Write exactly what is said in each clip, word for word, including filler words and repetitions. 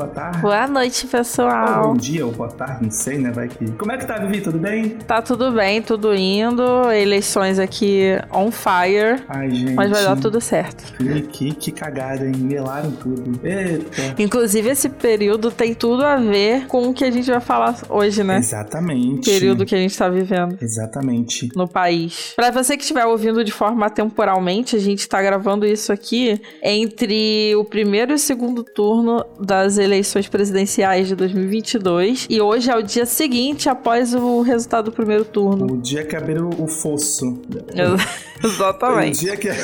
boa tarde. Boa noite, pessoal. Bom dia ou boa tarde, não sei, né? Vai que... Como é que tá, Vivi? Tudo bem? Tá tudo bem, tudo indo. Eleições aqui on fire. Ai, gente. Mas vai dar tudo certo. Que, que, que cagada, hein? Melaram tudo. Eita. Inclusive, esse período tem tudo a ver com o que a gente vai falar hoje, né? Exatamente. O período que a gente tá vivendo. Exatamente. No país. Pra você que estiver ouvindo de forma temporalmente, a gente tá gravando isso aqui entre o primeiro e o segundo turno das eleições presidenciais de dois mil e vinte e dois. E hoje é o dia seguinte após o resultado do primeiro turno. O dia que abriram o fosso. Exatamente. O dia que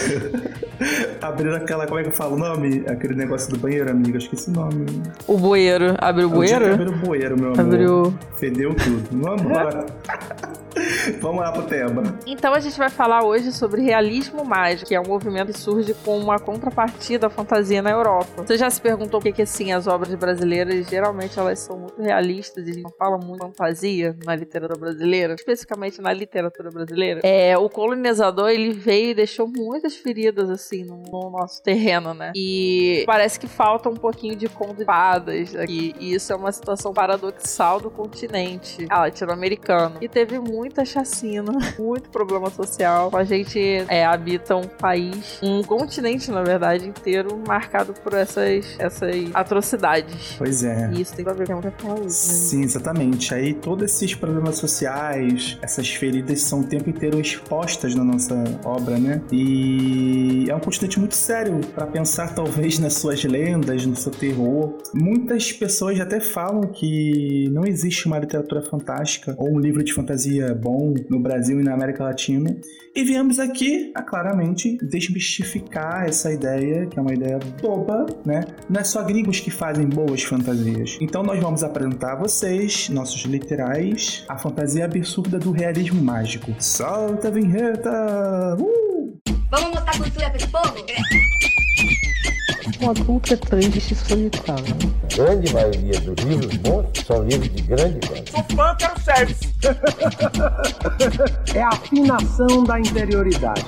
abriram aquela... Como é que eu falo o nome? Aquele negócio do banheiro, amigo. Acho que esse nome... O bueiro. Abriu o bueiro? O dia que abriu o bueiro, meu amor. Abriu... Fedeu tudo. Vamos lá. Vamos lá pro tema. Então a gente vai falar hoje sobre realismo mágico, que é um movimento que surge com uma contrapartida à fantasia na Europa. Você já se perguntou por que, que assim, as obras brasileiras, geralmente elas são muito realistas e a gente não fala muito fantasia na literatura brasileira, especificamente na literatura brasileira? É, o colonizador, ele veio e deixou muitas feridas, assim, no, no nosso terreno, né? E parece que falta um pouquinho de conto de fadas aqui, e isso é uma situação paradoxal do continente latino-americano. E teve muita chacina, muito problema social. A gente é, habita um país, um continente, na verdade, inteiro, marcado por essas, essas atrocidades. Pois é. E isso tem a ver com o que eu falo, né? Sim, exatamente. Aí todos esses problemas sociais, essas feridas são o tempo inteiro expostas na nossa obra, né? E é um continente muito sério para pensar, talvez, nas suas lendas, no seu terror. Muitas pessoas até falam que não existe uma literatura fantástica ou um livro de fantasia bom no Brasil e na América Latina. E viemos aqui a claramente desmistificar essa ideia, que é uma ideia boba, né? Não é só gringos que fazem boas fantasias. Então nós vamos apresentar a vocês, nossos literais, a fantasia absurda do realismo mágico. Solta a vinheta! Uh! Vamos mostrar cultura para esse povo? Um adulto é triste e solitário. Grande maioria dos livros bons são livros de grande qualidade. Sou fã, quero service. É a afinação da interioridade.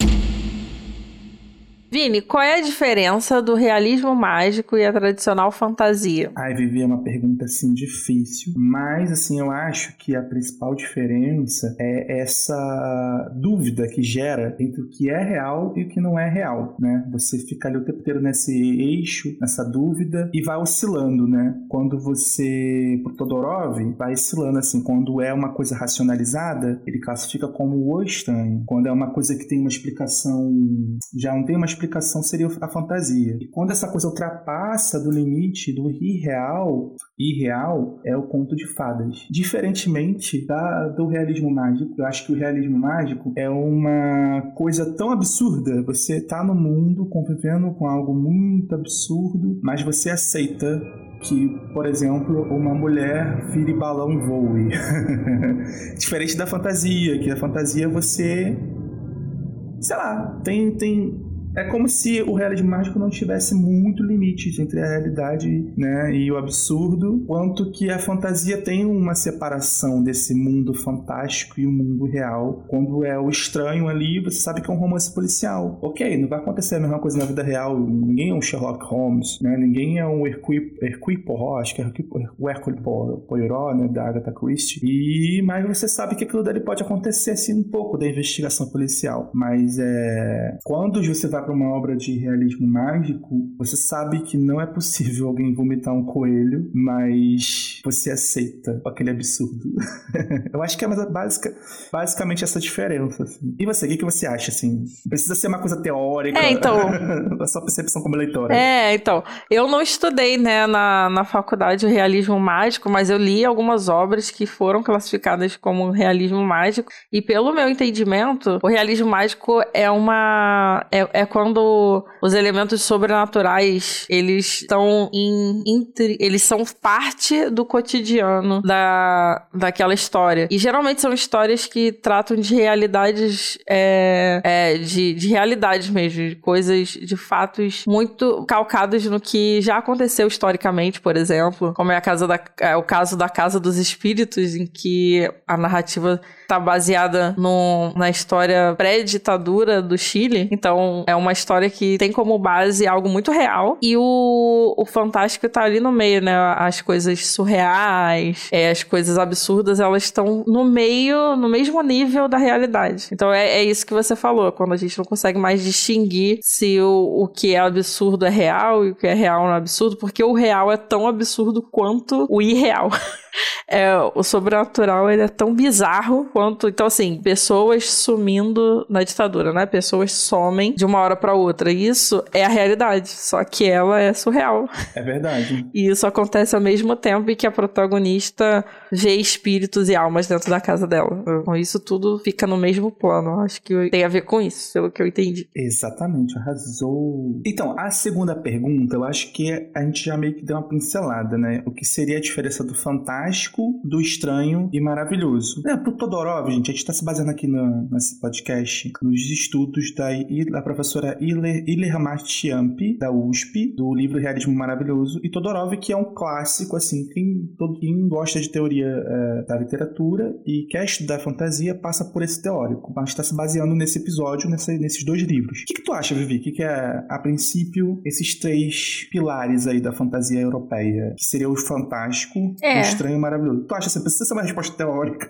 Vini, qual é a diferença do realismo mágico e a tradicional fantasia? Ai, Vivi, é uma pergunta, assim, difícil. Mas, assim, eu acho que a principal diferença é essa dúvida que gera entre o que é real e o que não é real, né? Você fica ali o tempo inteiro nesse eixo, nessa dúvida, e vai oscilando, né? Quando você, pro Todorov, vai oscilando, assim. Quando é uma coisa racionalizada, ele classifica como o estranho. Quando é uma coisa que tem uma explicação... Já não tem uma explicação explicação seria a fantasia. E quando essa coisa ultrapassa do limite do irreal, irreal é o conto de fadas. Diferentemente da, do realismo mágico, eu acho que o realismo mágico é uma coisa tão absurda. Você tá no mundo convivendo com algo muito absurdo, mas você aceita que, por exemplo, uma mulher vire balão e voe. Diferente da fantasia, que a fantasia você... sei lá, tem... tem é como se o realismo mágico não tivesse muito limites entre a realidade, né, e o absurdo, quanto que a fantasia tem uma separação desse mundo fantástico e o mundo real. Quando é o estranho ali, você sabe que é um romance policial. Ok, não vai acontecer a mesma coisa na vida real. Ninguém é um Sherlock Holmes, né? Ninguém é um Hercule, Hercule Poirot, acho que é o Hercule Poirot, né, da Agatha Christie. E, mas você sabe que aquilo dali pode acontecer, assim, um pouco da investigação policial. Mas é... quando você vai para uma obra de realismo mágico, você sabe que não é possível alguém vomitar um coelho, mas você aceita aquele absurdo. Eu acho que é mais básica, basicamente essa diferença, assim. E você, o que, que você acha, assim? Precisa ser uma coisa teórica? É, então... a sua percepção como leitora. É, então... Eu não estudei, né, na, na faculdade o realismo mágico, mas eu li algumas obras que foram classificadas como realismo mágico, e pelo meu entendimento, o realismo mágico é uma... É, é quando os elementos sobrenaturais, eles estão em, em... Eles são parte do cotidiano da, daquela história. E geralmente são histórias que tratam de realidades... É, é, de, de realidades mesmo, de coisas, de fatos muito calcados no que já aconteceu historicamente, por exemplo, como é, a casa da, é o caso da Casa dos Espíritos, em que a narrativa está baseada no, na história pré-ditadura do Chile. Então, é uma uma história que tem como base algo muito real. E o, o fantástico tá ali no meio, né? As coisas surreais, é, as coisas absurdas, elas estão no meio, no mesmo nível da realidade. Então é, é isso que você falou, quando a gente não consegue mais distinguir se o, o que é absurdo é real e o que é real não é absurdo, porque o real é tão absurdo quanto o irreal. É, o sobrenatural, ele é tão bizarro quanto... Então, assim, pessoas sumindo na ditadura, né? Pessoas somem de uma hora pra outra. Isso é a realidade, só que ela é surreal. É verdade. E isso acontece ao mesmo tempo em que a protagonista vê espíritos e almas dentro da casa dela. Então, isso tudo fica no mesmo plano. Acho que tem a ver com isso, pelo que eu entendi. Exatamente, arrasou. Então, a segunda pergunta, eu acho que a gente já meio que deu uma pincelada, né? O que seria a diferença do fantástico, do estranho e maravilhoso. É, pro Todorov, gente, a gente tá se baseando aqui no, nesse podcast nos estudos da, da professora Iler Martiampi, da U S P, do livro Realismo Maravilhoso, e Todorov, que é um clássico, assim, quem, todo, quem gosta de teoria é, da literatura e quer estudar fantasia passa por esse teórico. A gente tá se baseando nesse episódio, nesse, nesses dois livros. O que, que tu acha, Vivi? O que, que é, a princípio, esses três pilares aí da fantasia europeia? Que seria o fantástico, é. o estranho e o maravilhoso. Tu acha que precisa ser uma resposta teórica?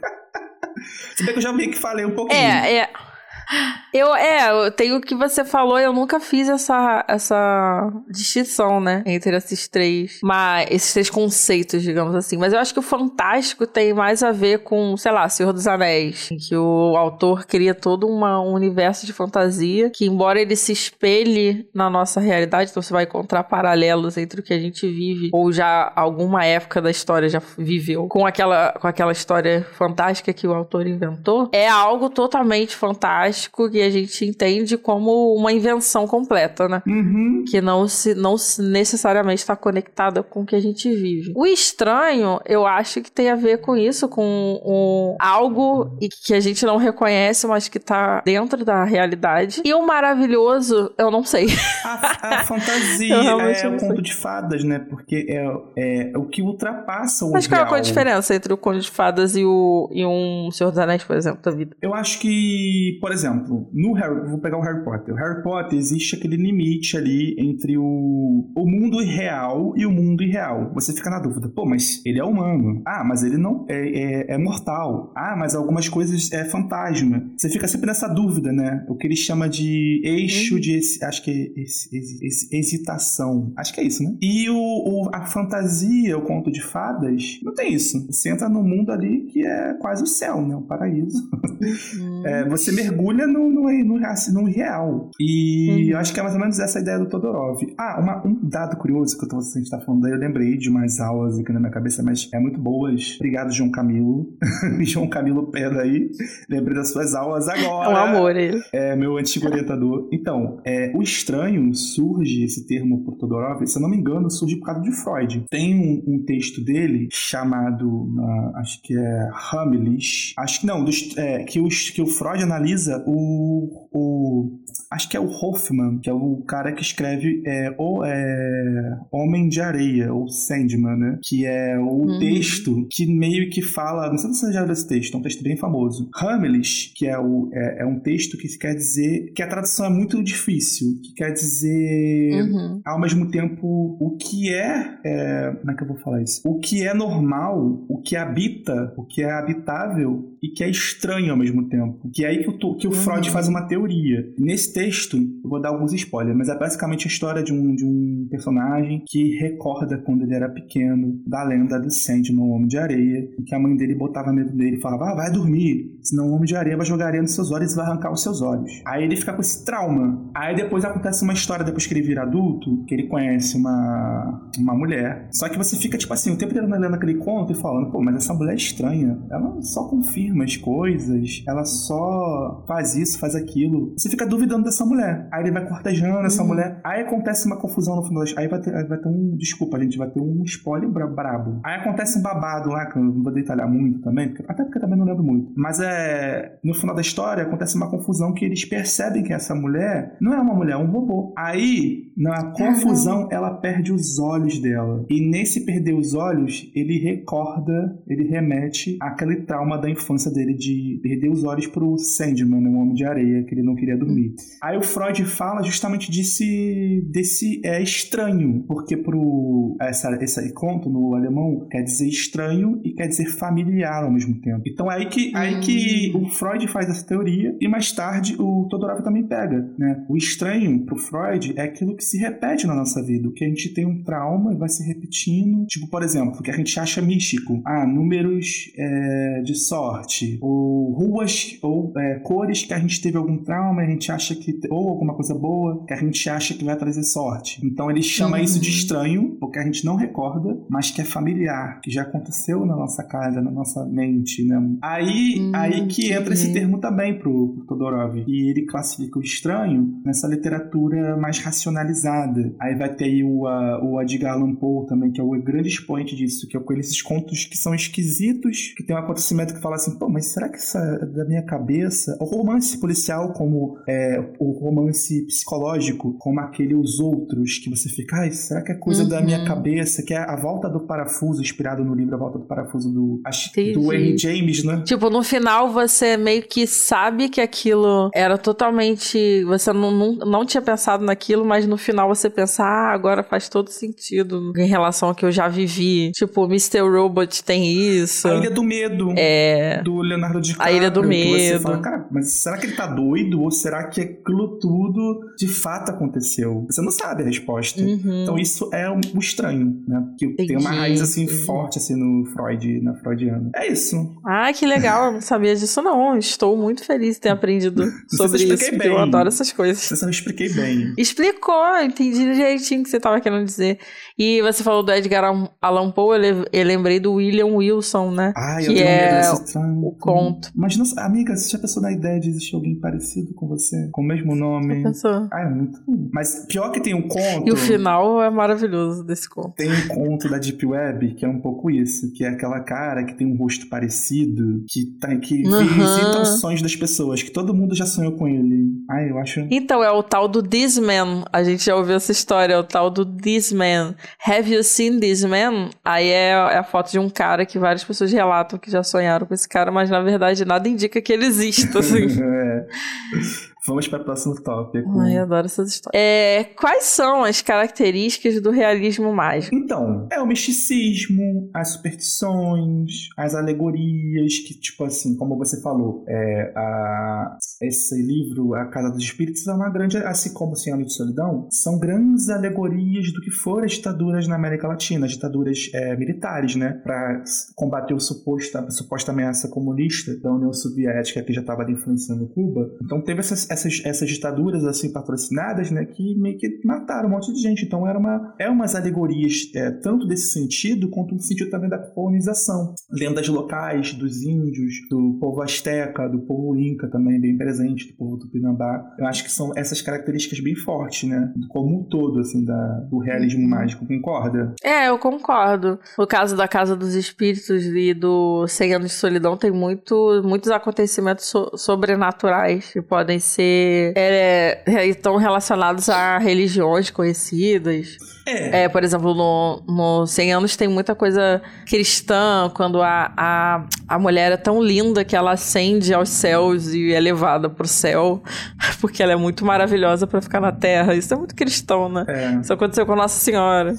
Se bem que eu já meio que falei um pouquinho. É, é. Eu, é, eu tenho o que você falou, eu nunca fiz essa, essa distinção, né, entre esses três, mas, esses três conceitos, digamos assim, mas eu acho que o fantástico tem mais a ver com, sei lá, Senhor dos Anéis, em que o autor cria todo uma, um universo de fantasia, que embora ele se espelhe na nossa realidade, então você vai encontrar paralelos entre o que a gente vive, ou já alguma época da história já viveu, com aquela, com aquela história fantástica que o autor inventou, é algo totalmente fantástico, que a gente entende como uma invenção completa, né? Uhum. Que não, se, não se necessariamente está conectada com o que a gente vive. O estranho, eu acho que tem a ver com isso, com um, algo que a gente não reconhece, mas que está dentro da realidade. E o maravilhoso, eu não sei. A, a fantasia é o conto de fadas, né? Porque é, é o que ultrapassa o Mas real. qual é a diferença entre o conto de fadas e, o, e um Senhor dos Anéis, por exemplo, da vida? Eu acho que, por exemplo, no Harry, vou pegar o Harry Potter. O Harry Potter, existe aquele limite ali entre o, o mundo real e o mundo irreal. Você fica na dúvida, pô, mas ele é humano. Ah, mas ele não é, é, é mortal. Ah, mas algumas coisas é fantasma. Você fica sempre nessa dúvida, né? O que ele chama de eixo uhum. de, acho que é esse, esse, esse, hesitação. Acho que é isso, né? E o, o, a fantasia, o conto de fadas, não tem isso. Você entra num mundo ali que é quase o céu, né? O paraíso. Uhum. É, você mergulha no, no, no, no real. E uhum. eu acho que é mais ou menos essa a ideia do Todorov. Ah, uma, um dado curioso que eu tô, a gente tá falando aí, eu lembrei de umas aulas aqui na minha cabeça, mas é muito boas. Obrigado, João Camilo. João Camilo Peda aí. Lembrei das suas aulas agora. É um amor ele. É, meu antigo orientador. Então, é, o estranho surge, esse termo por Todorov, se eu não me engano, surge por causa de Freud. Tem um, um texto dele chamado, uh, acho que é Hamelisch, acho que não, dos, é, que, os, que o Freud analisa o, o acho que é o Hoffman, que é o cara que escreve é, o é, Homem de Areia, ou Sandman, né? Que é o uhum. texto que meio que fala, não sei se você já viu esse texto, é um texto bem famoso. Hamelisch, que é, o, é, é um texto que quer dizer, que a tradução é muito difícil, que quer dizer uhum. ao mesmo tempo o que é, é, como é que eu vou falar isso? O que é normal, o que habita, o que é habitável e que é estranho ao mesmo tempo. Que é aí que o, que o Freud uhum. faz uma teoria. Nesse texto, eu vou dar alguns spoilers, mas é basicamente a história de um, de um personagem que recorda quando ele era pequeno da lenda do Sandman, o Homem de Areia, e que a mãe dele botava medo dele e falava, ah, vai dormir, senão o Homem de Areia vai jogar areia nos seus olhos e vai arrancar os seus olhos. Aí ele fica com esse trauma. Aí depois acontece uma história, depois que ele vira adulto, que ele conhece uma, uma mulher. Só que você fica, tipo assim, o tempo inteiro lendo aquele conto e falando, pô, mas essa mulher é estranha. Ela só confirma as coisas, ela só faz isso, faz aquilo. Você fica duvidando dessa mulher. Aí ele vai cortejando uhum. essa mulher. Aí acontece uma confusão no final. Aí vai ter, aí vai ter um... Desculpa, gente, vai ter um spoiler brabo. Aí acontece um babado lá, que eu não vou detalhar muito também, porque, até porque eu também não lembro muito. Mas é... No final da história, acontece uma confusão que eles percebem que essa mulher não é uma mulher, é um robô. Aí, na confusão, uhum. ela perde os olhos dela. E nesse perder os olhos, ele recorda, ele remete àquele trauma da infância dele de perder os olhos pro Sandman, né, um homem de areia, que ele não queria dormir. Aí o Freud fala justamente desse, desse é, estranho, porque pro, essa, esse conto no alemão quer dizer estranho e quer dizer familiar ao mesmo tempo. Então é aí que, hum. aí que o Freud faz essa teoria e mais tarde o Todorov também pega, né? O estranho pro Freud é aquilo que se repete na nossa vida, o que a gente tem um trauma e vai se repetindo, tipo, por exemplo, o que a gente acha místico, ah, números é, de sorte, ou ruas, ou é, cores que a gente teve algum trauma e a gente acha que, ou alguma coisa boa que a gente acha que vai trazer sorte. Então ele chama uhum. isso de estranho, porque a gente não recorda, mas que é familiar, que já aconteceu na nossa casa, na nossa mente, né? Aí, uhum. aí que entra esse termo também pro, pro Todorov, e ele classifica o estranho nessa literatura mais racionalizada. Aí vai ter aí o, a, o Edgar Allan Poe também, que é o grande expoente disso, que é com esses contos que são esquisitos, que tem um acontecimento que fala assim, pô, mas será que isso é da minha cabeça? O romance policial como é, o romance psicológico, como aquele Os Outros, que você fica, ai, será que é coisa uhum. da minha cabeça? Que é A Volta do Parafuso, inspirado no livro A Volta do Parafuso do, do Henry James, né? Tipo, no final você meio que sabe que aquilo era totalmente... Você não, não, não tinha pensado naquilo, mas no final você pensa, ah, agora faz todo sentido em relação ao que eu já vivi. Tipo, mister Robot tem isso. A Ilha do Medo, é... do Leonardo DiCaprio. A Ilha do Medo. Você fala, cara, mas será que ele tá doido? Ou será que aquilo tudo de fato aconteceu? Você não sabe a resposta. Uhum. Então isso é o estranho, né? Que Entendi. Tem uma raiz assim uhum. forte assim no Freud, na freudiana. É isso. Ah, que legal. Eu não sabia disso não. Estou muito feliz de ter aprendido sobre isso, porque bem. Eu adoro essas coisas. Você só expliquei bem. Explicou, entendi direitinho o que você estava querendo dizer. E você falou do Edgar Allan Poe, eu, eu lembrei do William Wilson, né? Ah, eu que tenho é medo desse o conto. Mas, não, amiga, você já pensou na ideia de existir alguém parecido com você? Com o mesmo nome? Já pensou? Ah, é muito ruim. Mas pior que tem um conto... E o final é maravilhoso desse conto. Tem um conto da Deep Web que é um pouco isso, que é aquela cara que tem um rosto parecido, que, tá, que uhum. visita os sonhos das pessoas, que todo mundo já sonhou com ele. Ah, eu acho... Então, é o tal do This Man. A gente já ouviu essa história, é o tal do This Man. Have you seen this man? Aí é, é a foto de um cara que várias pessoas relatam que já sonharam com esse cara, mas na verdade nada indica que ele exista, assim. É. Vamos para o próximo tópico. Ai, eu adoro essas histórias. É, quais são as características do realismo mágico? Então, é o misticismo, as superstições, as alegorias, que, tipo assim, como você falou, é, a, esse livro, A Casa dos Espíritos, é uma grande, assim como Cem Anos de Solidão, são grandes alegorias do que foram as ditaduras na América Latina, as ditaduras é, militares, né? Para combater o suposto, a suposta ameaça comunista da União Soviética, que já estava influenciando Cuba. Então, teve essas Essas, essas ditaduras assim patrocinadas, né, que meio que mataram um monte de gente. Então era uma, é umas alegorias é, tanto desse sentido quanto no sentido também da colonização. Lendas locais dos índios, do povo asteca, do povo inca também bem presente, do povo tupinambá. Eu acho que são essas características bem fortes, né, como um todo assim da, do realismo mágico. Concorda? É, eu concordo. No caso da Casa dos Espíritos e do Cem Anos de Solidão tem muito, muitos acontecimentos so, sobrenaturais que podem ser É, é, estão relacionados a religiões conhecidas. É. É, por exemplo, no, no cem anos tem muita coisa cristã, quando a, a, a mulher é tão linda que ela ascende aos céus e é levada pro céu, porque ela é muito maravilhosa pra ficar na terra. Isso é muito cristão, né? É. Isso aconteceu com Nossa Senhora.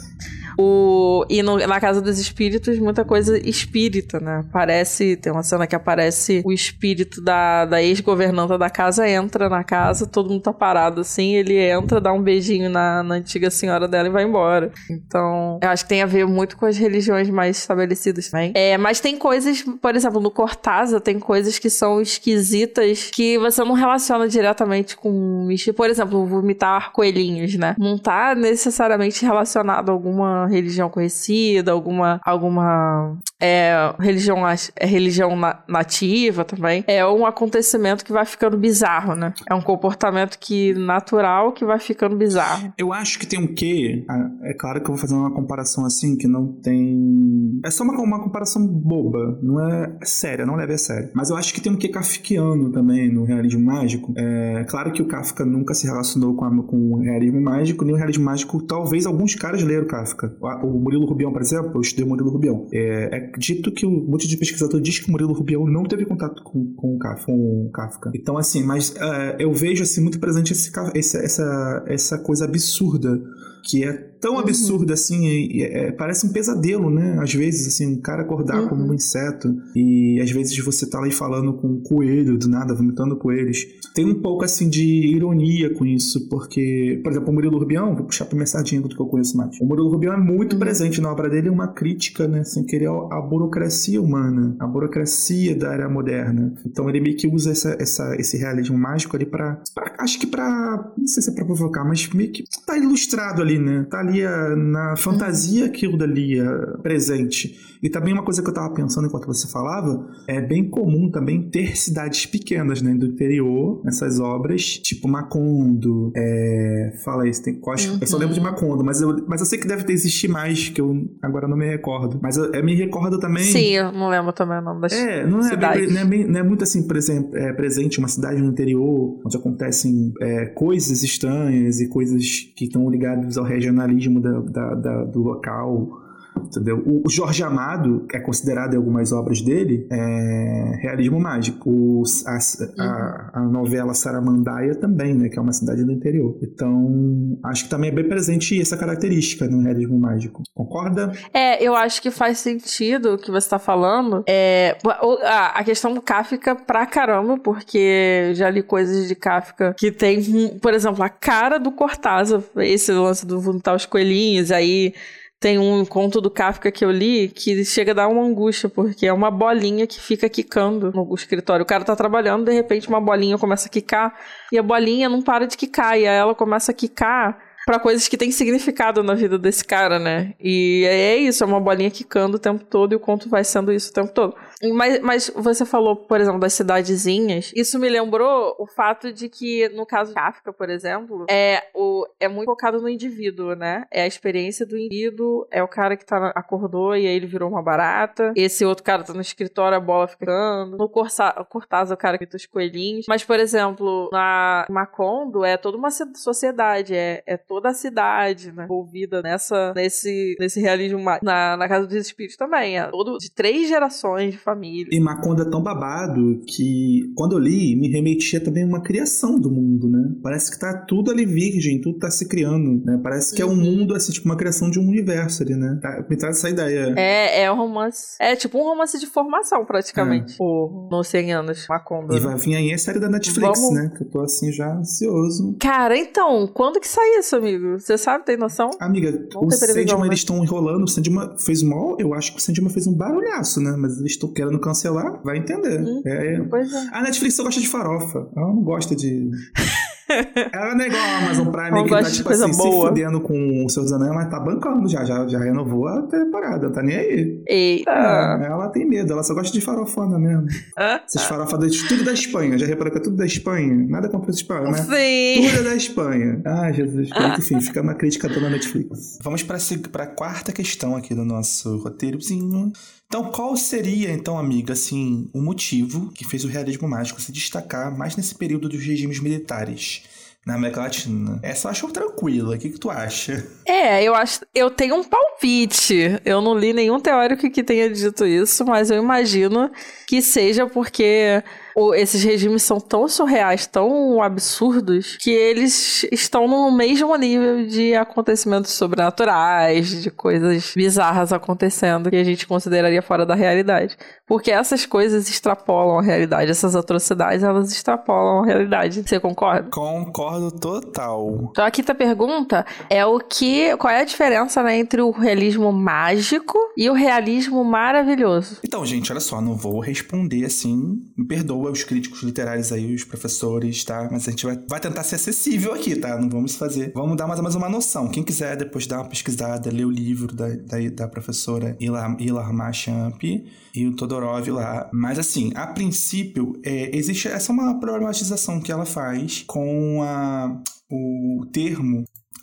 O, e no, na Casa dos Espíritos, muita coisa espírita, né? Aparece, tem uma cena que aparece o espírito da, da ex-governanta da casa, entra na casa, todo mundo tá parado assim, ele entra, dá um beijinho na, na antiga senhora dela e vai embora. Então, eu acho que tem a ver muito com as religiões mais estabelecidas também. É, mas tem coisas, por exemplo, no Cortázar, tem coisas que são esquisitas que você não relaciona diretamente com mística. Por exemplo, vomitar coelhinhos, né? Não tá necessariamente relacionado a alguma religião conhecida, alguma, alguma é, religião, é, religião na, nativa também. É um acontecimento que vai ficando bizarro, né? É um comportamento que natural que vai ficando bizarro. Eu acho que tem um quê? É claro que eu vou fazer uma comparação assim que não tem... É só uma, uma comparação boba, não é séria, não leve a sério. Mas eu acho que tem um quê kafkiano também no realismo mágico. É claro que o Kafka nunca se relacionou com, a, com o realismo mágico, nem o realismo mágico, talvez alguns caras leram Kafka. O Murilo Rubião, por exemplo, eu estudei o Murilo Rubião. É, é é dito que um monte de pesquisador diz que o Murilo Rubião não teve contato com, com, o, Kafka, com o Kafka. Então, assim, mas uh, eu vejo assim, muito presente esse, esse, essa, essa coisa absurda, que é tão absurda, assim, e, e, é, parece um pesadelo, né? Às vezes, assim, um cara acordar uhum. como um inseto, e às vezes você tá ali falando com um coelho, do nada, vomitando coelhos. Tem um pouco, assim, de ironia com isso, porque, por exemplo, o Murilo Rubião, vou puxar pra minha sardinha do que eu conheço mais. O Murilo Rubião é muito uhum. presente na obra dele, é uma crítica, né, sem querer, a burocracia humana, a burocracia da era moderna. Então ele meio que usa essa, essa, esse realismo mágico ali pra, pra, acho que pra, não sei se é pra provocar, mas meio que tá ilustrado ali, né? Tá ali a, na fantasia aquilo dali a, presente. E também uma coisa que eu tava pensando enquanto você falava, é bem comum também ter cidades pequenas, né, do interior, nessas obras, tipo Macondo, é, fala aí, tem, eu, acho, uhum. eu só lembro de Macondo, mas eu, mas eu sei que deve ter existir mais, que eu agora não me recordo. Mas eu, eu me recordo também... Sim, eu não lembro também o nome das é, não é cidades. Bem, não, é bem, não é muito assim, por exemplo, é, presente uma cidade no interior, onde acontecem é, coisas estranhas e coisas que estão ligadas ao regionalismo da, da, da, do local, entendeu? O Jorge Amado, que é considerado em algumas obras dele, é realismo mágico. O, a, a, a novela Saramandaia também, né, que é uma cidade do interior. Então, acho que também é bem presente essa característica no realismo mágico. Concorda? É, eu acho que faz sentido o que você tá falando. É, a, a questão do Kafka pra caramba, porque já li coisas de Kafka que tem, por exemplo, a cara do Cortázar, esse lance do vomitar os coelhinhos, aí... Tem um conto do Kafka que eu li que chega a dar uma angústia, porque é uma bolinha que fica quicando no escritório. O cara tá trabalhando, de repente uma bolinha começa a quicar, e a bolinha não para de quicar, e aí ela começa a quicar pra coisas que têm significado na vida desse cara, né? E é isso, é uma bolinha quicando o tempo todo, e o conto vai sendo isso o tempo todo. Mas, mas você falou, por exemplo, das cidadezinhas. Isso me lembrou o fato de que, no caso de Kafka, por exemplo, é, o, é muito focado no indivíduo, né? É a experiência do indivíduo, é o cara que tá, acordou e aí ele virou uma barata. Esse outro cara tá no escritório, a bola fica ficando. No Cortázar, o cara que tá os coelhinhos. Mas, por exemplo, na Macondo, é toda uma sociedade, é, é toda a cidade, né, envolvida nessa, nesse, nesse realismo. Na, na Casa dos Espíritos também, é todo de três gerações de família. E Macondo é tão babado que, quando eu li, me remetia também a uma criação do mundo, né? Parece que tá tudo ali virgem, tudo tá se criando, né? Parece que uhum. é um mundo, assim, tipo uma criação de um universo ali, né? Tá, me traz essa ideia. É, é um romance. É tipo um romance de formação, praticamente. É. Por no cem anos, Macondo. E vai vir aí a série da Netflix, Vamos... né? Que eu tô, assim, já ansioso. Cara, então, quando que sai isso, amigo? Você sabe, tem noção? Amiga, Vamos o Sandman, né? Eles estão enrolando. O Sandman fez mal, eu acho que o Sandman fez um barulhaço, né? Mas eles estão querendo cancelar, vai entender. Hum, é, pois é. A Netflix só gosta de farofa. Ela não gosta de... Ela não é igual a Amazon Prime, não que tá tipo assim, boa. se fudendo com o Senhor dos Anéis, mas tá bancando já, já, já renovou a temporada, tá nem aí. Eita. É, ela tem medo, ela só gosta de farofona mesmo. Esses farofadores, tudo da Espanha, já reparou que é tudo da Espanha? Nada contra a Espanha, né? Sim. Tudo é da Espanha. Ai, Jesus. Enfim, fica uma crítica toda na Netflix. Vamos pra, pra quarta questão aqui do nosso roteirozinho. Então, qual seria, então, amiga, assim, o motivo que fez o realismo mágico se destacar mais nesse período dos regimes militares na América Latina? Essa eu acho tranquila. O que, que tu acha? É, eu acho... Eu tenho um palpite. Eu não li nenhum teórico que tenha dito isso, mas eu imagino que seja porque... esses regimes são tão surreais, tão absurdos, que eles estão no mesmo nível de acontecimentos sobrenaturais, de coisas bizarras acontecendo que a gente consideraria fora da realidade. Porque essas coisas extrapolam a realidade, essas atrocidades, elas extrapolam a realidade. Você concorda? Concordo total. Então a quinta pergunta é o que, qual é a diferença, né, entre o realismo mágico e o realismo maravilhoso? Então, gente, olha só, não vou responder assim, me perdoa os críticos literários aí, os professores, tá? Mas a gente vai, vai tentar ser acessível aqui, tá? Não vamos fazer... Vamos dar mais ou menos uma noção. Quem quiser depois dar uma pesquisada, ler o livro da, da, da professora Ilar, Ilar Machamp e o Todorov lá. Mas assim, a princípio, é, existe... Essa é uma problematização que ela faz com a, o termo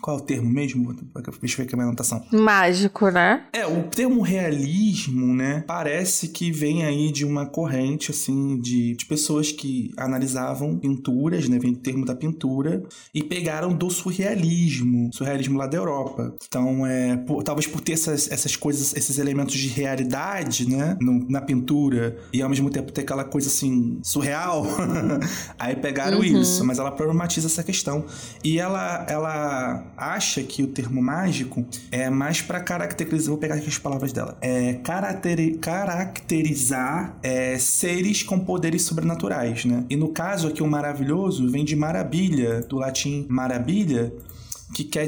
Qual é o termo mesmo? Deixa eu ver aqui a minha anotação. Mágico, né? É, o termo realismo, né, parece que vem aí de uma corrente, assim, de, de pessoas que analisavam pinturas, né, vem do termo da pintura, e pegaram do surrealismo, surrealismo lá da Europa. Então, é, por, talvez por ter essas, essas coisas, esses elementos de realidade, né, no, na pintura, e ao mesmo tempo ter aquela coisa, assim, surreal, aí pegaram uhum. isso, mas ela problematiza essa questão. E ela, ela acha que o termo mágico é mais para caracterizar, vou pegar aqui as palavras dela, é caracteri, caracterizar é, seres com poderes sobrenaturais, né? E no caso aqui o maravilhoso vem de maravilha, do latim maravilha, que quer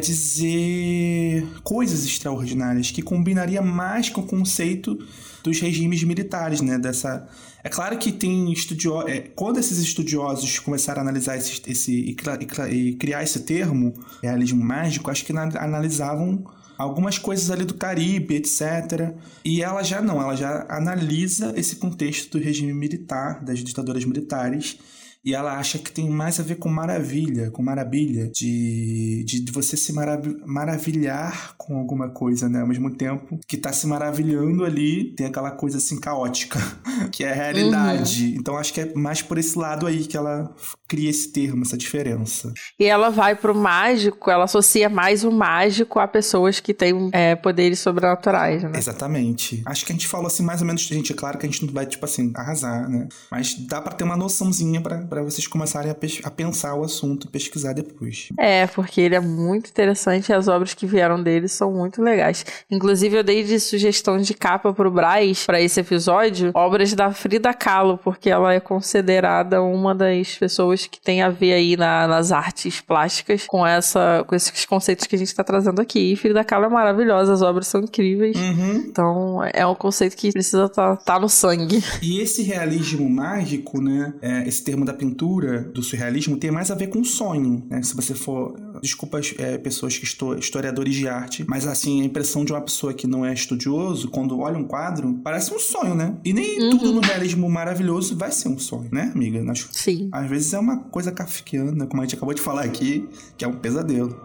dizer coisas extraordinárias, que combinaria mais com o conceito dos regimes militares, né? Dessa... É claro que tem estudiosos... É, quando esses estudiosos começaram a analisar esse, esse e, e, e criar esse termo, realismo mágico, acho que na, analisavam algumas coisas ali do Caribe, etcétera. E ela já não, ela já analisa esse contexto do regime militar, das ditaduras militares, e ela acha que tem mais a ver com maravilha, com maravilha, de, de, de você se marav- maravilhar com alguma coisa, né? Ao mesmo tempo que tá se maravilhando ali, tem aquela coisa assim caótica, que é a realidade. Uhum. Então acho que é mais por esse lado aí que ela cria esse termo, essa diferença. E ela vai pro mágico, ela associa mais o mágico a pessoas que têm é, poderes sobrenaturais, né? Exatamente. Acho que a gente falou assim mais ou menos, gente, é claro que a gente não vai, tipo assim, arrasar, né? Mas dá pra ter uma noçãozinha pra, pra vocês começarem a, pes- a pensar o assunto, pesquisar depois. É, porque ele é muito interessante e as obras que vieram dele são muito legais. Inclusive, eu dei de sugestão de capa pro Braz, pra esse episódio, obras da Frida Kahlo, porque ela é considerada uma das pessoas que tem a ver aí na, nas artes plásticas com, essa, com esses conceitos que a gente tá trazendo aqui. E Frida Kahlo é maravilhosa, as obras são incríveis. Uhum. Então, é um conceito que precisa estar tá, tá no sangue. E esse realismo mágico, né, é, esse termo da pintura, do surrealismo, tem mais a ver com sonho, né? Se você for... Desculpa é, pessoas que estou historiadores de arte, mas assim, a impressão de uma pessoa que não é estudioso, quando olha um quadro, parece um sonho, né? E nem uhum. tudo no realismo maravilhoso vai ser um sonho, né, amiga? Nós, Sim. Às vezes é uma coisa kafkiana, como a gente acabou de falar aqui, que é um pesadelo.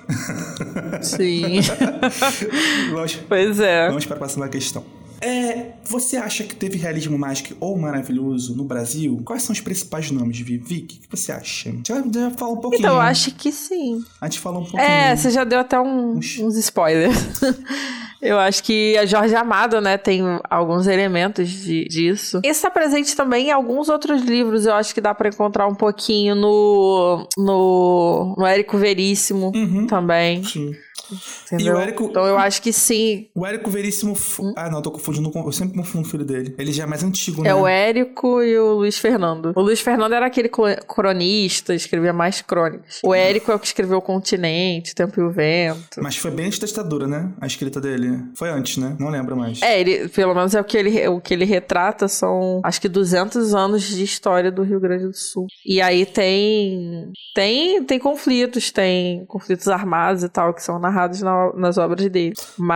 Sim. vamos, pois é. Vamos para a próxima questão. É, você acha que teve realismo mágico ou maravilhoso no Brasil? Quais são os principais nomes, Vivi? O que você acha? Já, já fala um pouquinho. Então, eu acho que sim. A gente falou um pouquinho. É, você já deu até um, uns... uns spoilers. Eu acho que a Jorge Amado, né, tem alguns elementos de, disso. Esse está presente também em alguns outros livros. Eu acho que dá pra encontrar um pouquinho no, no, no Érico Veríssimo uhum. também. Sim. Entendeu? E o Érico, então eu acho que sim. O Érico Veríssimo... Hum? Ah, não, tô confundindo. Eu sempre confundo o filho dele. Ele já é mais antigo, né? É o Érico e o Luiz Fernando. O Luiz Fernando era aquele cronista, escrevia mais crônicas. O Érico é o que escreveu O Continente, O Tempo e o Vento. Mas foi bem antes da ditadura, né? A escrita dele. Foi antes, né? Não lembro mais. É, ele, pelo menos é o que ele, o que ele retrata são, acho que duzentos anos de história do Rio Grande do Sul. E aí tem... Tem, tem conflitos, tem conflitos armados e tal, que são narrados na, nas obras dele.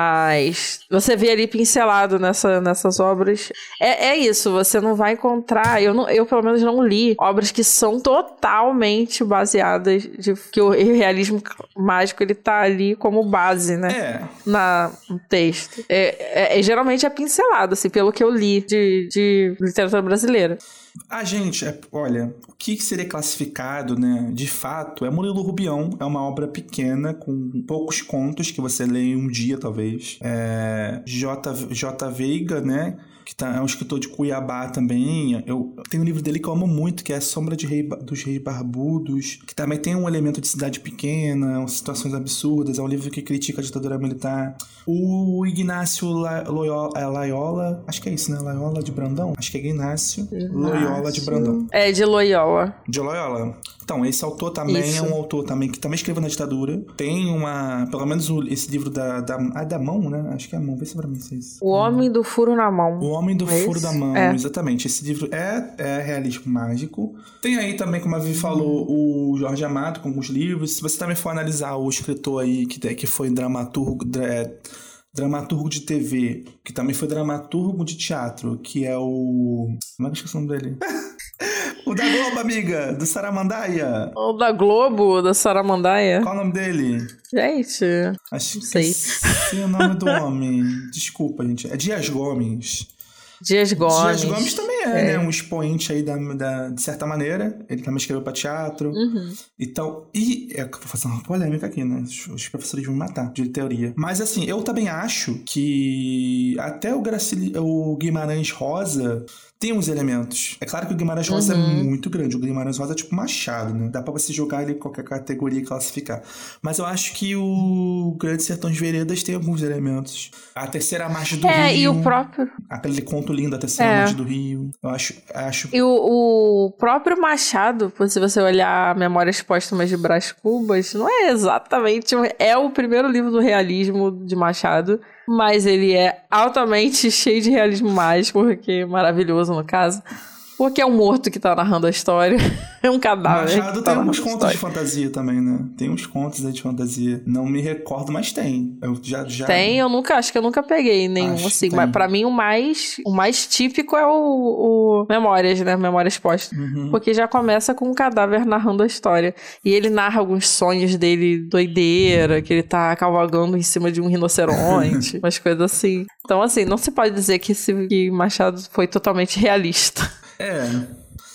Mas você vê ali pincelado nessa, nessas obras. É, é isso, você não vai encontrar... Eu, não, eu, pelo menos, não li obras que são totalmente baseadas... De, que o realismo mágico, ele tá ali como base, né? É. Na, no texto. É, é, é, geralmente é pincelado, assim, pelo que eu li de, de literatura brasileira. A gente, é, olha, o que seria classificado, né, de fato, é Murilo Rubião. É uma obra pequena, com poucos contos que você lê em um dia, talvez. É, J. J. Veiga, né, que tá, é um escritor de Cuiabá também. Eu tenho um livro dele que eu amo muito, que é A Sombra de Rei, dos Reis Barbudos, que também tem um elemento de cidade pequena, situações absurdas. É um livro que critica a ditadura militar. O Ignácio La, Loyola, Loyola, acho que é isso, né? Loyola de Brandão? Acho que é Ignácio, Ignácio. Loyola de Brandão. É, de Loyola. De Loyola. Então, esse autor também isso. é um autor também que também escreveu na ditadura. Tem uma... Pelo menos o, esse livro da... da ah, da mão, né? Acho que é a mão. Vê se pra mim se é isso. O Homem do Furo na Mão. O Homem do é Furo isso? da Mão, é. exatamente. Esse livro é, é realismo mágico. Tem aí também, como a Vivi falou, o Jorge Amado com alguns livros. Se você também for analisar o escritor aí, que, que foi dramaturgo... É, dramaturgo de T V, que também foi dramaturgo de teatro, que é o... Como é que eu esqueci o nome dele? O da Globo, amiga, do Saramandaia. O da Globo, da Saramandaia. Qual o nome dele? Gente, Acho não que sei. sim, o nome do homem. Desculpa, gente. É Dias Gomes. Dias Gomes. Dias Gomes também é, É. né? Um expoente aí da, da- de certa maneira. Ele também escreveu pra teatro. Uhum. Então, e é, vou fazer uma polêmica aqui, né? Os, os professores vão me matar de teoria. Mas assim, eu também acho que até o, Gracili, o Guimarães Rosa tem uns elementos. É claro que o Guimarães Rosa Uhum. é muito grande. O Guimarães Rosa é tipo Machado, né? Dá pra você jogar ele em qualquer categoria e classificar. Mas eu acho que o Grandes Sertões Veredas tem alguns elementos. A Terceira Margem do É, Rio. e o próprio. Aquele conto lindo, A Terceira É. Margem do Rio. Eu acho... acho... E o, o próprio Machado, se você olhar Memórias Póstumas de Brás Cubas, não é exatamente. um- É o primeiro livro do realismo de Machado, mas ele é altamente cheio de realismo mágico, porque maravilhoso no caso. Porque é um morto que tá narrando a história. É um cadáver. Machado que tá tem alguns narrando a contos de história. fantasia também, né? Tem uns contos aí de fantasia. Não me recordo, mas tem. Eu já, já... Tem, eu nunca, acho que eu nunca peguei nenhum Acho que assim. tem. Mas pra mim o mais, o mais típico é o, o Memórias, né? Memórias Póstumas. Uhum. Porque já começa com um cadáver narrando a história. E ele narra alguns sonhos dele doideira, que ele tá cavalgando em cima de um rinoceronte, umas coisas assim. Então, assim, não se pode dizer que, esse, que Machado foi totalmente realista. É.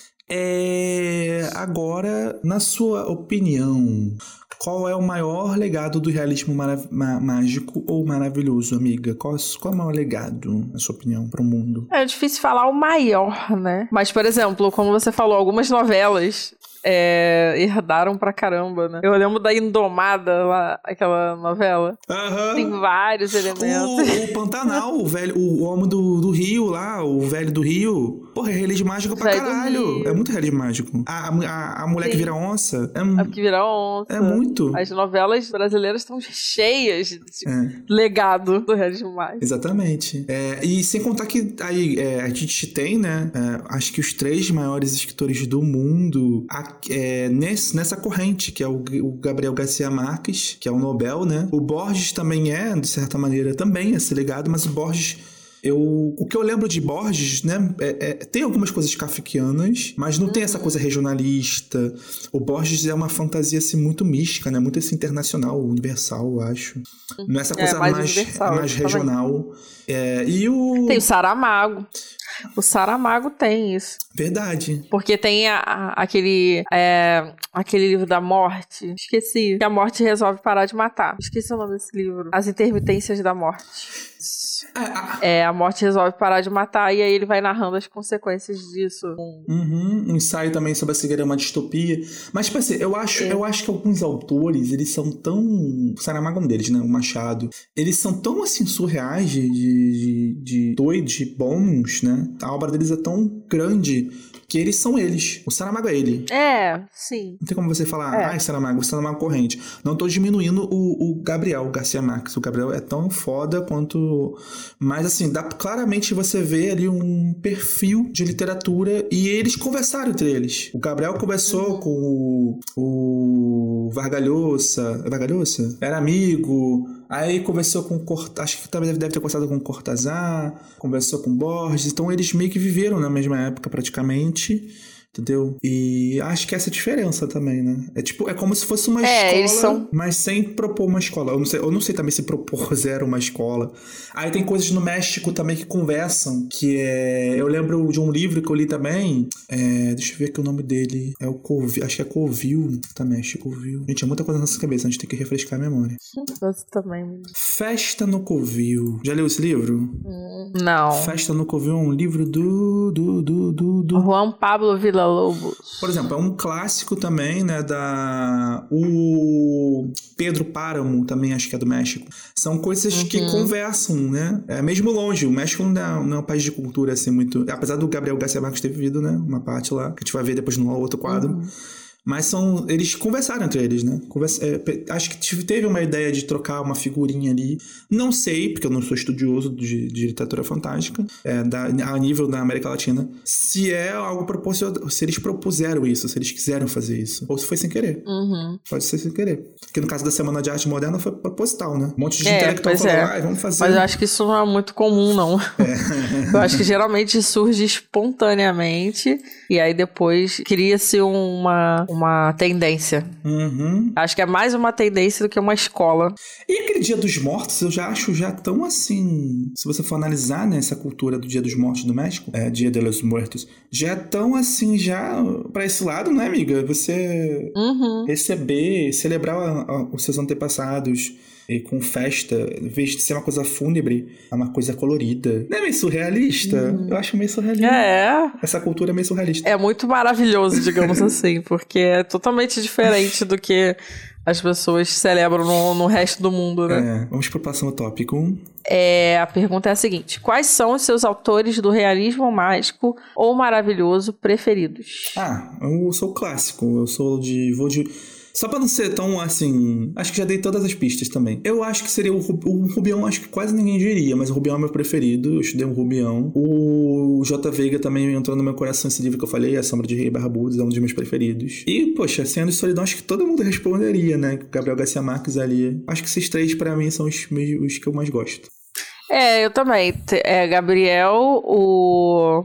É. Agora, na sua opinião, qual é o maior legado do realismo marav- ma- mágico ou maravilhoso, amiga? Qual, qual é o maior legado, na sua opinião, pro mundo? É difícil falar o maior, né? Mas, por exemplo, como você falou, algumas novelas é, herdaram pra caramba, né? Eu lembro da Indomada, lá, aquela novela. Tem Aham. vários elementos. O, o Pantanal, o velho, o homem do, do Rio lá, o velho do Rio. Porra, é realismo mágico pra Velho do caralho. Rio. É muito realismo mágico. A, a, a mulher que Sim. vira onça. É, É porque vira onça. é muito. As novelas brasileiras estão cheias de É. legado do realismo mágico. Exatamente. É, e sem contar que aí é, a gente tem, né? é, acho que os três maiores escritores do mundo a- é, nesse, nessa corrente, que é o, o Gabriel Garcia Marques, que é o Nobel, né? O Borges também é, de certa maneira, também esse legado, mas o Borges. Eu, o que eu lembro de Borges, né, é, é, tem algumas coisas kafkianas, mas não tem essa coisa regionalista. O Borges é uma fantasia assim, muito mística, né, muito assim, internacional, universal, eu acho. Não é essa coisa É, mais mais, universal, mais exatamente. regional. É, e o... Tem o Saramago. O Saramago tem isso. Verdade. Porque tem a- a- aquele, é, aquele livro da morte. Esqueci. Que a morte resolve parar de matar. Esqueci o nome desse livro. As Intermitências da Morte. É, a- É, a morte resolve parar de matar e aí ele vai narrando as consequências disso. Uhum, um ensaio também sobre a cegueira é uma distopia. Mas, tipo assim, eu acho, É. eu acho que alguns autores, eles são tão... O Saramago é um deles, né? O Machado. Eles são tão, assim, surreais de, de, de doidos, de bons, né? A obra deles é tão grande que eles são eles. O Saramago é ele. É, sim. Não tem como você falar, É. ai, Saramago, Saramago corrente. Não tô diminuindo o, o Gabriel Garcia Marques. O Gabriel é tão foda quanto... Mas, assim, dá, claramente você vê ali um perfil de literatura e eles conversaram entre eles. O Gabriel conversou com o, o Vargalhosa. É Vargalhosa? Era amigo. Aí conversou com o Cortázar. Acho que também deve ter conversado com o Cortázar. Conversou com o Borges. Então, eles meio que viveram na mesma época, praticamente. Entendeu? E acho que essa é a diferença também, né? É tipo, é como se fosse uma É, escola, eles são- mas sem propor uma escola. Eu não sei, eu não sei também se propuseram uma escola. Aí tem coisas no México também que conversam, que é... Eu lembro de um livro que eu li também, é, deixa eu ver aqui o nome dele. É o Covil, acho que é Covil, tá, México, Covil. Gente, é muita coisa na nossa cabeça, a gente tem que refrescar a memória. Você também. Festa no Covil. Já leu esse livro? Não. Festa no Covil é um livro do... do, do, do, do... Juan Pablo Villa-Lobos. Por exemplo, é um clássico também, né, da... O Pedro Páramo, também acho que é do México. São coisas que conversam, né? É, mesmo longe, o México não é, não é um país de cultura, assim, muito... Apesar do Gabriel Garcia Marques ter vivido, né, uma parte lá, que a gente vai ver depois no outro quadro. Mas são, eles conversaram entre eles, né? Conversa, é, acho que teve uma ideia de trocar uma figurinha ali. Não sei, porque eu não sou estudioso de, de literatura fantástica, é, da, a nível da América Latina, se é algo proporcional, se eles propuseram isso, se eles quiseram fazer isso. Ou se foi sem querer. Uhum. Pode ser sem querer. Porque no caso da Semana de Arte Moderna foi proposital, né? Um monte de é, intelectual falou, é. ah, vamos fazer. Mas eu acho que isso não é muito comum, não. É. Eu acho que geralmente surge espontaneamente e aí depois cria-se uma, uma tendência. Uhum. Acho que é mais uma tendência do que uma escola. E aquele Dia dos Mortos, eu já acho já tão assim... Se você for analisar, né, essa cultura do Dia dos Mortos do México, é, Dia de los Muertos, já é tão assim, já pra esse lado, né, amiga? Você uhum. receber, celebrar a, a, os seus antepassados... E com festa, em vez de ser uma coisa fúnebre, é uma coisa colorida. Não é meio surrealista? Hum. Eu acho meio surrealista. É. Essa cultura é meio surrealista. É muito maravilhoso, digamos assim, porque é totalmente diferente do que as pessoas celebram no, no resto do mundo, né? É. Vamos pro próximo tópico. É, a pergunta é a seguinte: quais são os seus autores do realismo mágico ou maravilhoso preferidos? Ah, eu sou clássico. Eu sou de... Vou de... Só pra não ser tão, assim... Acho que já dei todas as pistas também. Eu acho que seria o, o Rubião, acho que quase ninguém diria, mas o Rubião é meu preferido. Eu estudei um Rubião. O J. Veiga também entrou no meu coração esse livro que eu falei, A Sombra de Rei Barbudos, é um dos meus preferidos. E, poxa, Cem Anos de Solidão, acho que todo mundo responderia, né? Gabriel Garcia Marques ali. Acho que esses três, pra mim, são os, os que eu mais gosto. É, eu também. É, Gabriel, o...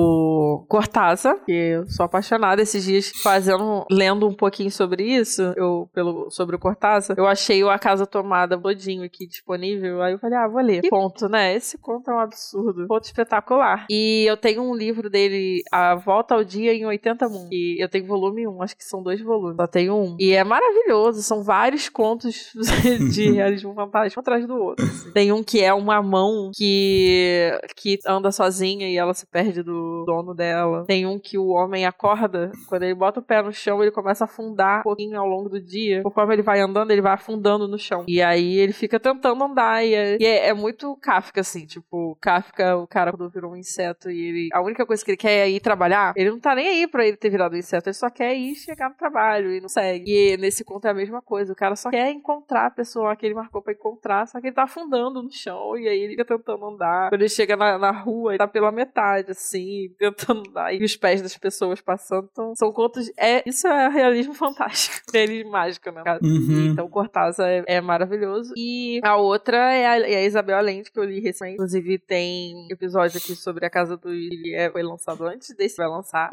o Cortázar, que eu sou apaixonada esses dias fazendo, lendo um pouquinho sobre isso, eu, pelo, sobre o Cortázar, eu achei o A Casa Tomada todinho aqui disponível, aí eu falei, ah, vou ler. Que conto, né? Esse conto é um absurdo. Conto espetacular. E eu tenho um livro dele, A Volta ao Dia em oitenta Mundos, e eu tenho volume um, acho que são dois volumes, só tenho um. E é maravilhoso, são vários contos de realismo fantástico um atrás do outro. Assim. Tem um que é uma mão que, que anda sozinha e ela se perde do do dono dela. Tem um que o homem acorda, quando ele bota o pé no chão, ele começa a afundar um pouquinho ao longo do dia. Conforme ele vai andando, ele vai afundando no chão. E aí ele fica tentando andar. E é, e é, é muito Kafka, assim. Tipo, Kafka, o cara quando virou um inseto e ele... A única coisa que ele quer é ir trabalhar. Ele não tá nem aí pra ele ter virado um inseto. Ele só quer ir chegar no trabalho e não segue. E nesse conto é a mesma coisa. O cara só quer encontrar a pessoa que ele marcou pra encontrar, só que ele tá afundando no chão. E aí ele fica tentando andar. Quando ele chega na, na rua, ele tá pela metade, assim, tentando dar, e os pés das pessoas passando. Então, são contos... É, isso é realismo fantástico. Realismo mágico, né? Uhum. Então, Cortázar é, é maravilhoso. E a outra é a, é a Isabel Allende, que eu li recentemente. Inclusive, tem episódio aqui sobre a Casa do Ili. É, foi lançado antes desse, vai lançar.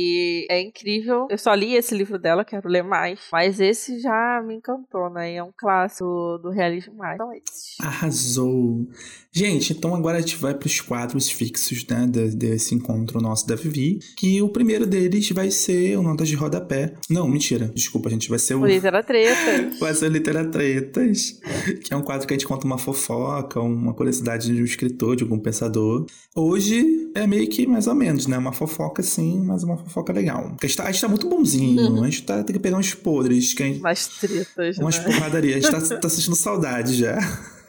E é incrível. Eu só li esse livro dela, quero ler mais. Mas esse já me encantou, né? E é um clássico do, do realismo mágico. Então, é esse. Arrasou! Gente, então agora a gente vai para os quadros fixos, né, desse encontro nosso da Vivi, que o primeiro deles vai ser o Notas de Rodapé. Não, mentira, desculpa, gente, vai ser o... O Literatretas. Vai ser o Literatretas, que é um quadro que a gente conta uma fofoca, uma curiosidade de um escritor, de algum pensador. Hoje é meio que mais ou menos, né, uma fofoca sim, mas uma fofoca legal. Porque a gente tá, a gente tá muito bonzinho, uhum. A gente tá, tem que pegar uns podres. Que a gente, umas tretas, umas né? porradarias, a gente tá, tá sentindo saudade já.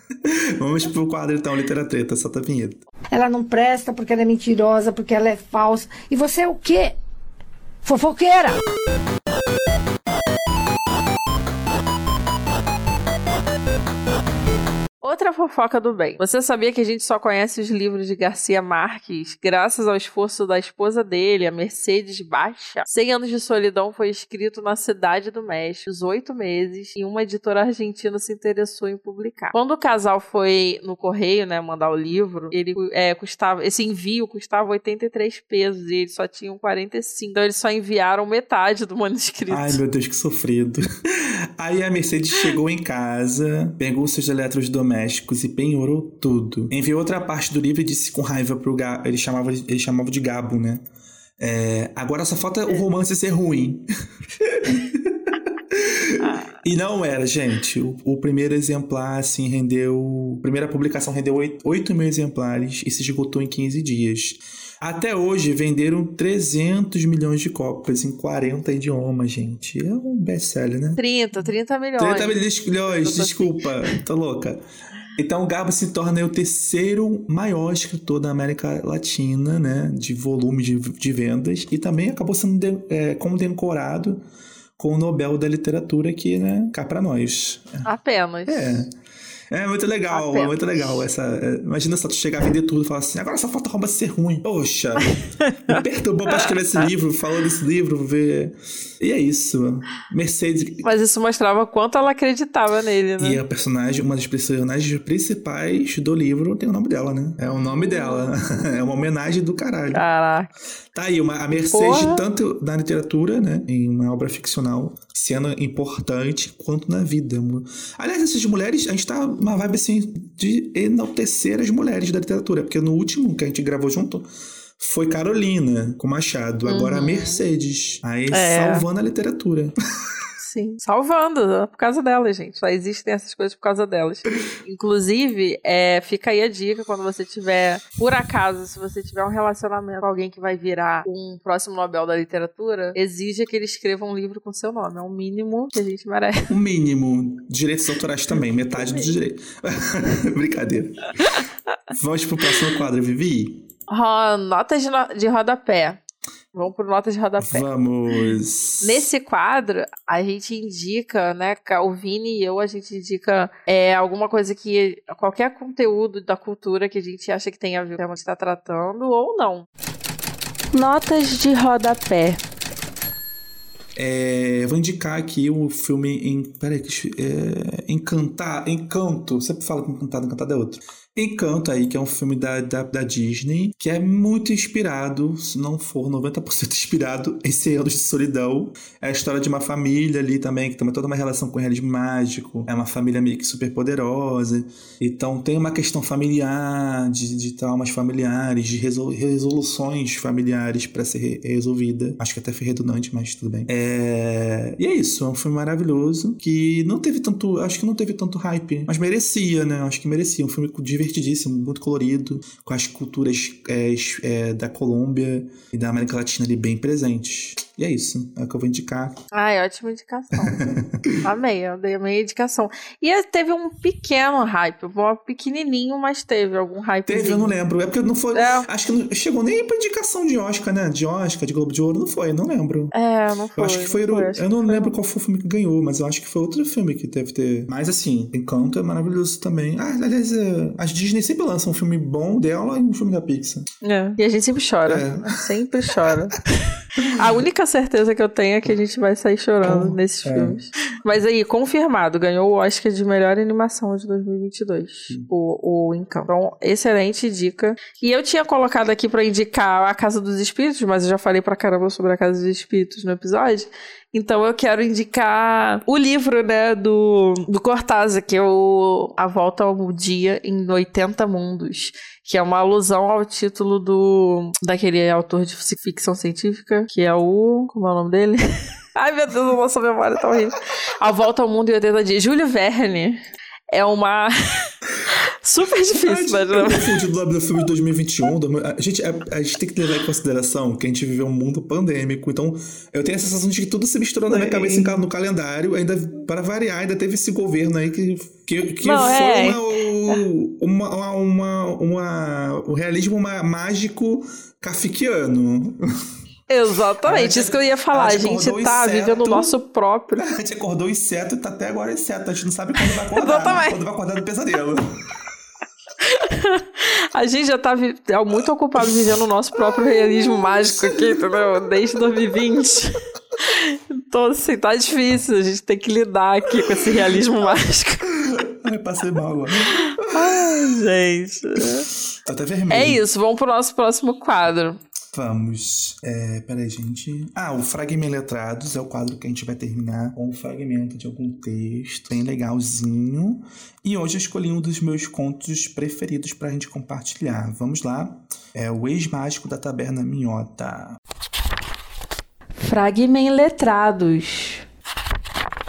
Vamos pro quadro então, Literatreta, solta a vinheta. Ela não presta porque ela é mentirosa, porque ela é falsa. E você é o quê? Fofoqueira! Outra fofoca do bem. Você sabia que a gente só conhece os livros de Garcia Marques graças ao esforço da esposa dele, a Mercedes Baixa? Cem Anos de Solidão foi escrito na Cidade do México, dezoito meses, e uma editora argentina se interessou em publicar. Quando o casal foi no correio, né, mandar o livro, ele é, custava, esse envio custava oitenta e três pesos e eles só tinham quarenta e cinco. Então eles só enviaram metade do manuscrito. Ai, meu Deus, que sofrido. Aí a Mercedes chegou em casa, pegou seus eletrodomésticos e penhorou tudo. Enviou outra parte do livro e disse com raiva pro Gabo. Ele chamava, ele chamava de Gabo, né? É, agora só falta o romance ser ruim. E não era, gente. O, o primeiro exemplar, assim, rendeu... A primeira publicação rendeu oito mil exemplares e se esgotou em quinze dias. Até hoje, venderam trezentos milhões de cópias em quarenta idiomas, gente. É um best-seller, né? trinta, trinta milhões. trinta milhões, desculpa. Tô louca. Então, o Gabo se torna o terceiro maior escritor da América Latina, né? De volume de, de vendas. E também acabou sendo de, é, condecorado com o Nobel da Literatura aqui, né? Cá pra nós. Apenas. É. É muito legal, Apenas. é muito legal. Essa, é, imagina só tu chegar a vender tudo e falar assim, agora só falta rouba ser ruim. Poxa, me perturbou pra escrever esse livro, falou desse livro, ver. E é isso. Mercedes. Mas isso mostrava quanto ela acreditava nele, né? E a personagem, uma das personagens principais do livro tem o nome dela, né? É o nome dela. É uma homenagem do caralho. Caraca. Tá aí, uma, a Mercedes, Porra. tanto na literatura, né? Em uma obra ficcional, sendo importante, quanto na vida. Aliás, essas mulheres, a gente tá numa vibe assim de enaltecer as mulheres da literatura, porque no último que a gente gravou junto foi Carolina com Machado, agora Uhum. a Mercedes, aí É. salvando a literatura. Sim, salvando, por causa delas, gente. Só existem essas coisas por causa delas. Inclusive, é, fica aí a dica quando você tiver, por acaso, se você tiver um relacionamento com alguém que vai virar um próximo Nobel da Literatura, exija que ele escreva um livro com seu nome. É o mínimo que a gente merece. O mínimo. Direitos autorais também, metade dos direitos. Brincadeira. Vamos pro próximo quadro, Vivi? Ro- Notas de, no- de rodapé. Vamos pro Notas de rodapé. Vamos. Nesse quadro, a gente indica, né, o Vini e eu, a gente indica é, alguma coisa que, qualquer conteúdo da cultura que a gente acha que tem a ver com o tema que está tratando, ou não. Notas de rodapé. É, vou indicar aqui o filme em, peraí, que, é, Encantar, Encanto, sempre falo que Encantado, Encantado é outro. Encanto aí, que é um filme da, da, da Disney, que é muito inspirado, se não for noventa por cento inspirado em cem anos de solidão. É a história de uma família ali também, que tem toda uma relação com o realismo mágico, é uma família meio que super poderosa, então tem uma questão familiar, de, de traumas familiares, de resol, resoluções familiares para ser re, resolvida. Acho que até foi redundante, mas tudo bem. É, e é isso, é um filme maravilhoso, que não teve tanto, acho que não teve tanto hype, mas merecia, né? Acho que merecia, um filme divertidíssimo, muito colorido, com as culturas é, é, da Colômbia e da América Latina ali bem presentes. E é isso, é o que eu vou indicar. Ai, ótima indicação. Amei, eu dei a minha indicação. E teve um pequeno hype, um pequenininho, mas teve algum hype. Teve, eu não lembro. É porque não foi. É. Acho que não chegou nem pra indicação de Oscar, né? De Oscar, de Globo de Ouro, não foi, não lembro. É, não foi. Eu acho que foi. não foi, eu acho não que foi lembro não. qual foi o filme que ganhou, mas eu acho que foi outro filme que deve ter. Mas assim, Encanto é maravilhoso também. Ah, aliás, é, a Disney sempre lança um filme bom dela e um filme da Pixar. É. E a gente sempre chora. É. Sempre chora. A única certeza que eu tenho é que a gente vai sair chorando Com- nesses é. filmes. Mas aí, confirmado, ganhou o Oscar de melhor animação de dois mil e vinte e dois. O, o Encanto. Então, excelente dica. E eu tinha colocado aqui pra indicar A Casa dos Espíritos, mas eu já falei pra caramba sobre A Casa dos Espíritos no episódio. Então eu quero indicar o livro, né, do, do Cortázar, que é o A Volta ao Dia em oitenta Mundos, que é uma alusão ao título do daquele autor de ficção científica, que é o... como é o nome dele? Ai, meu Deus, a nossa memória tá horrível. A Volta ao Mundo em oitenta Dias. Júlio Verne é uma... super difícil, mas Eu não. confundi o nome do filme de dois mil e vinte e um. do- A gente, a, a gente tem que levar em consideração que a gente viveu um mundo pandêmico. Então, eu tenho a sensação de que tudo se misturou na minha cabeça em ca- no calendário. Ainda, para variar, ainda teve esse governo aí que, que, que Não, foi é. uma, uma, uma, uma, uma- o realismo ma- mágico kafkiano. Exatamente, A isso que eu ia falar. A gente gente acordou tá inseto. vivendo o nosso próprio. A gente acordou inseto e tá até agora inseto. A gente não sabe quando vai acordar. Exatamente. Quando vai acordar do pesadelo. A gente já tá vi- é muito ocupado vivendo o nosso próprio realismo mágico aqui, entendeu? Desde dois mil e vinte. Então, assim, tá difícil. A gente tem que lidar aqui com esse realismo mágico. Ai, passei mal agora. Ai, gente. Tá até vermelho. É isso, vamos pro nosso próximo quadro. Vamos. É, peraí, gente. Ah, o Fragmento Letrados é o quadro que a gente vai terminar com um fragmento de algum texto bem legalzinho. E hoje eu escolhi um dos meus contos preferidos pra gente compartilhar. Vamos lá. É o Ex-Mágico da Taberna Minhota. Fragmento Letrados.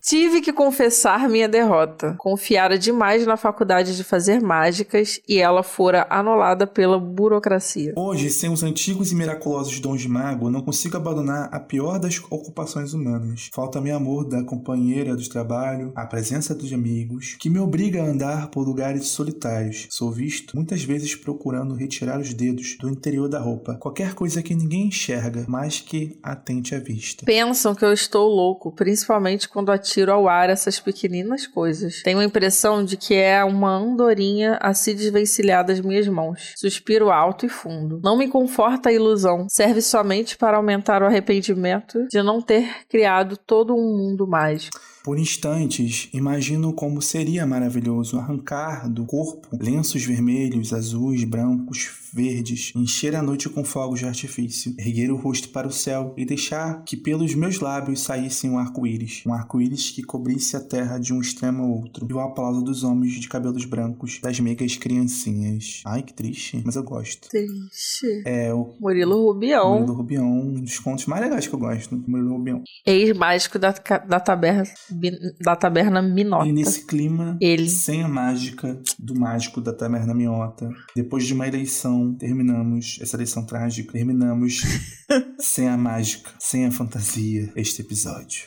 Tive que confessar minha derrota. Confiara demais na faculdade de fazer mágicas e ela fora anulada pela burocracia. Hoje, sem os antigos e miraculosos dons de mago, não consigo abandonar a pior das ocupações humanas. Falta-me amor da companheira do trabalho, a presença dos amigos, que me obriga a andar por lugares solitários. Sou visto muitas vezes procurando retirar os dedos do interior da roupa. Qualquer coisa que ninguém enxerga, mas que atente à vista. Pensam que eu estou louco, principalmente quando atiro ao ar essas pequeninas coisas. Tenho a impressão de que é uma andorinha a se desvencilhar das minhas mãos. Suspiro alto e fundo. Não me conforta a ilusão. Serve somente para aumentar o arrependimento de não ter criado todo um mundo mágico. Por instantes, imagino como seria maravilhoso arrancar do corpo lenços vermelhos, azuis, brancos, verdes, encher a noite com fogos de artifício, erguer o rosto para o céu e deixar que pelos meus lábios saísse um arco-íris. Um arco-íris que cobrisse a terra de um extremo ao outro. E o aplauso dos homens de cabelos brancos, das meigas criancinhas. Ai, que triste, mas eu gosto. Triste. É, o Murilo Rubião. Murilo Rubião, um dos contos mais legais que eu gosto. Murilo Rubião. Ex-mágico da, da taberna da taberna Minota. E nesse clima, Ele. sem a mágica do mágico da taberna Minota, depois de uma eleição, terminamos, essa eleição trágica, terminamos sem a mágica, sem a fantasia, este episódio.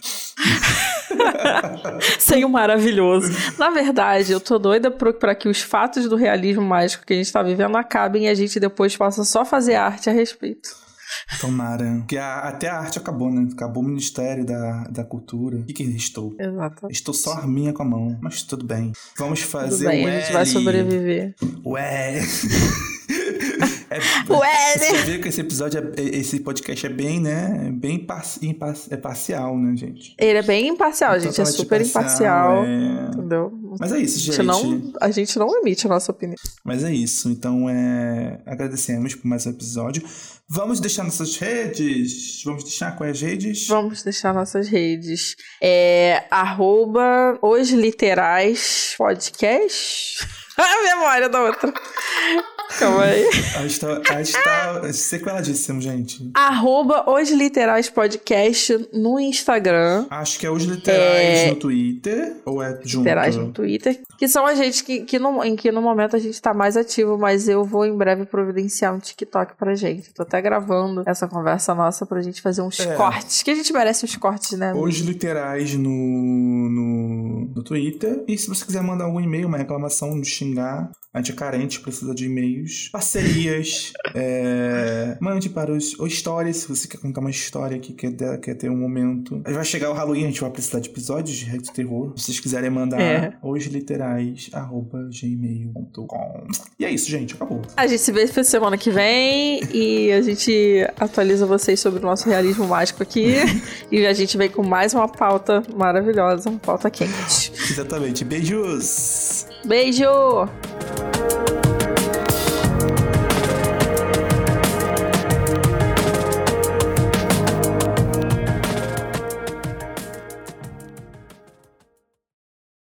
Sem o maravilhoso. Na verdade, eu tô doida pra que os fatos do realismo mágico que a gente tá vivendo acabem e a gente depois possa só fazer arte a respeito. Tomara. Porque a, até a arte acabou, né? Acabou o Ministério da, da Cultura. O que que restou? Exato. Estou só arminha com a mão. Mas tudo bem. Vamos fazer tudo bem, o a gente vai sobreviver. Ué... É, Ué, você né? vê que esse episódio, é, esse podcast é bem, né? Bem parci, imparci, é parcial, né, gente? Ele é bem imparcial, gente. É super imparcial. É... Entendeu? Mas é isso, gente. A gente, não, a gente não emite a nossa opinião. Mas é isso. Então, é... agradecemos por mais um episódio. Vamos deixar nossas redes? Vamos deixar quais redes? Vamos deixar nossas redes. É... Arroba Os Literais Podcast. A memória da outra. Calma aí. A gente tá, a gente tá sequeladíssimo, gente. Arroba Os Literais Podcast no Instagram. Acho que é Os Literais é... no Twitter. Ou é junto? Literais no Twitter. Que são a gente que, que no, em que no momento a gente tá mais ativo, mas eu vou em breve providenciar um TikTok pra gente. Tô até gravando essa conversa nossa pra gente fazer uns é. cortes. Que a gente merece uns cortes, né? Os Literais no, no, no Twitter. E se você quiser mandar algum e-mail, uma reclamação, nos xingar, a gente é carente, precisa de e-mails, parcerias, é... mande para os ou histórias, se você quer contar uma história que quer, ter, quer ter um momento. Aí vai chegar o Halloween, a gente vai precisar de episódios de Reto Terror. Se vocês quiserem mandar, é. osliterais arroba gmail ponto com. E é isso, gente, acabou. A gente se vê semana que vem e a gente atualiza vocês sobre o nosso realismo mágico aqui. E a gente vem com mais uma pauta maravilhosa, uma pauta quente. Exatamente. Beijos! Beijo!